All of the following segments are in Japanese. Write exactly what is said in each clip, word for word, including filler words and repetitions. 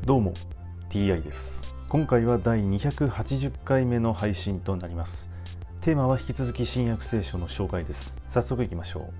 どうも ティーアイ です。今回はだいにひゃくはちじゅっかいめの配信となります。テーマは引き続き新約聖書の紹介です。早速いきましょう。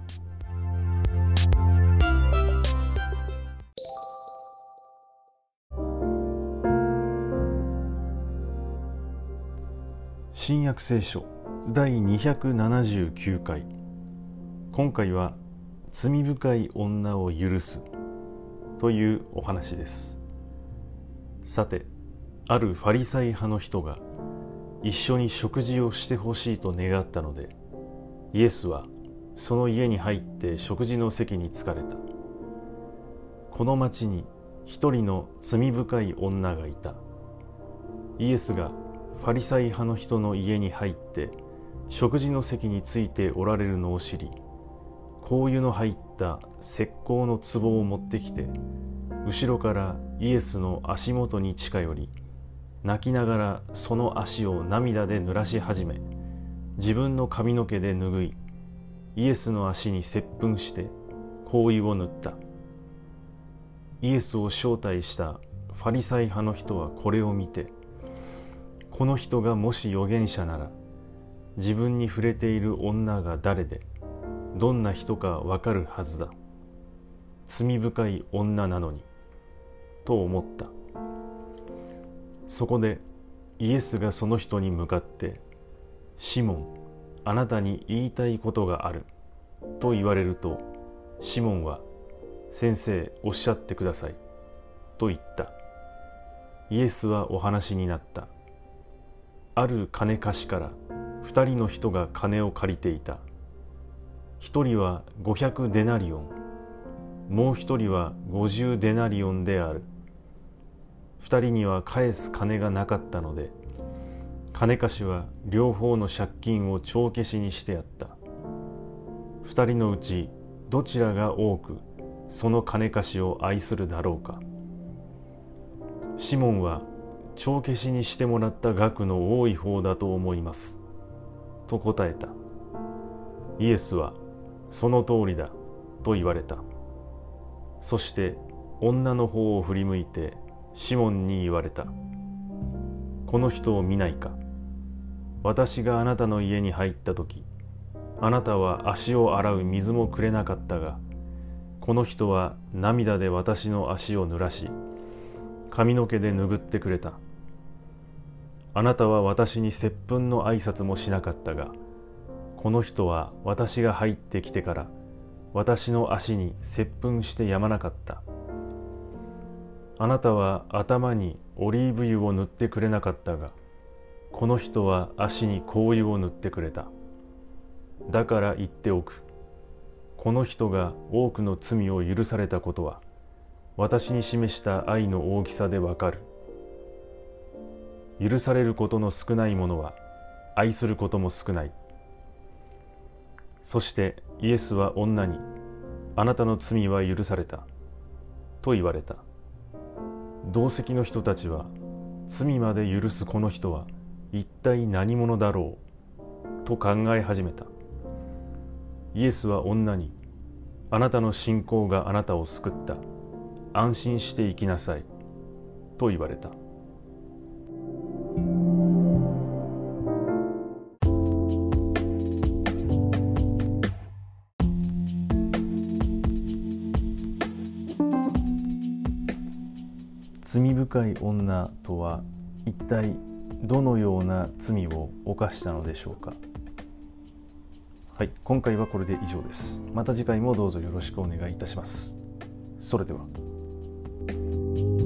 新約聖書だいにひゃくななじゅうきゅうかい。今回は罪深い女を許すというお話です。さて、あるファリサイ派の人が一緒に食事をしてほしいと願ったので、イエスはその家に入って食事の席に着かれた。この町に一人の罪深い女がいた。イエスがファリサイ派の人の家に入って食事の席についておられるのを知り、香油の入った石膏の壺を持ってきて、後ろからイエスの足元に近寄り、泣きながらその足を涙で濡らし始め、自分の髪の毛で拭い、イエスの足に接吻して香油を塗った。イエスを招待したファリサイ派の人はこれを見て、この人がもし預言者なら、自分に触れている女が誰で、どんな人かわかるはずだ。罪深い女なのに、と思った。そこでイエスがその人に向かって、シモン、あなたに言いたいことがある、と言われると、シモンは、先生、おっしゃってください、と言った。イエスはお話になった。ある金貸しから二人の人が金を借りていた。一人は五百デナリオン、もう一人は五十デナリオンである。二人には返す金がなかったので、金貸しは両方の借金を帳消しにしてやった。二人のうちどちらが多くその金貸しを愛するだろうか。シモンは帳消しにしてもらった額の多い方だと思います、と答えた。イエスは、その通りだ、と言われた。そして女の方を振り向いてシモンに言われた。この人を見ないか。私があなたの家に入ったとき、あなたは足を洗う水もくれなかったが、この人は涙で私の足を濡らし、髪の毛で拭ってくれた。あなたは私に接吻の挨拶もしなかったが、この人は私が入ってきてから私の足に接吻してやまなかった。あなたは頭にオリーブ油を塗ってくれなかったが、この人は足に香油を塗ってくれた。だから言っておく。この人が多くの罪を許されたことは、私に示した愛の大きさでわかる。許されることの少ないものは、愛することも少ない。そしてイエスは女に、あなたの罪は許された、と言われた。同席の人たちは、罪まで許すこの人は一体何者だろう、と考え始めた。イエスは女に、あなたの信仰があなたを救った。安心して生きなさい、と言われた。罪深い女とは一体どのような罪を犯したのでしょうか。はい、今回はこれで以上です。また次回もどうぞよろしくお願いいたします。それでは。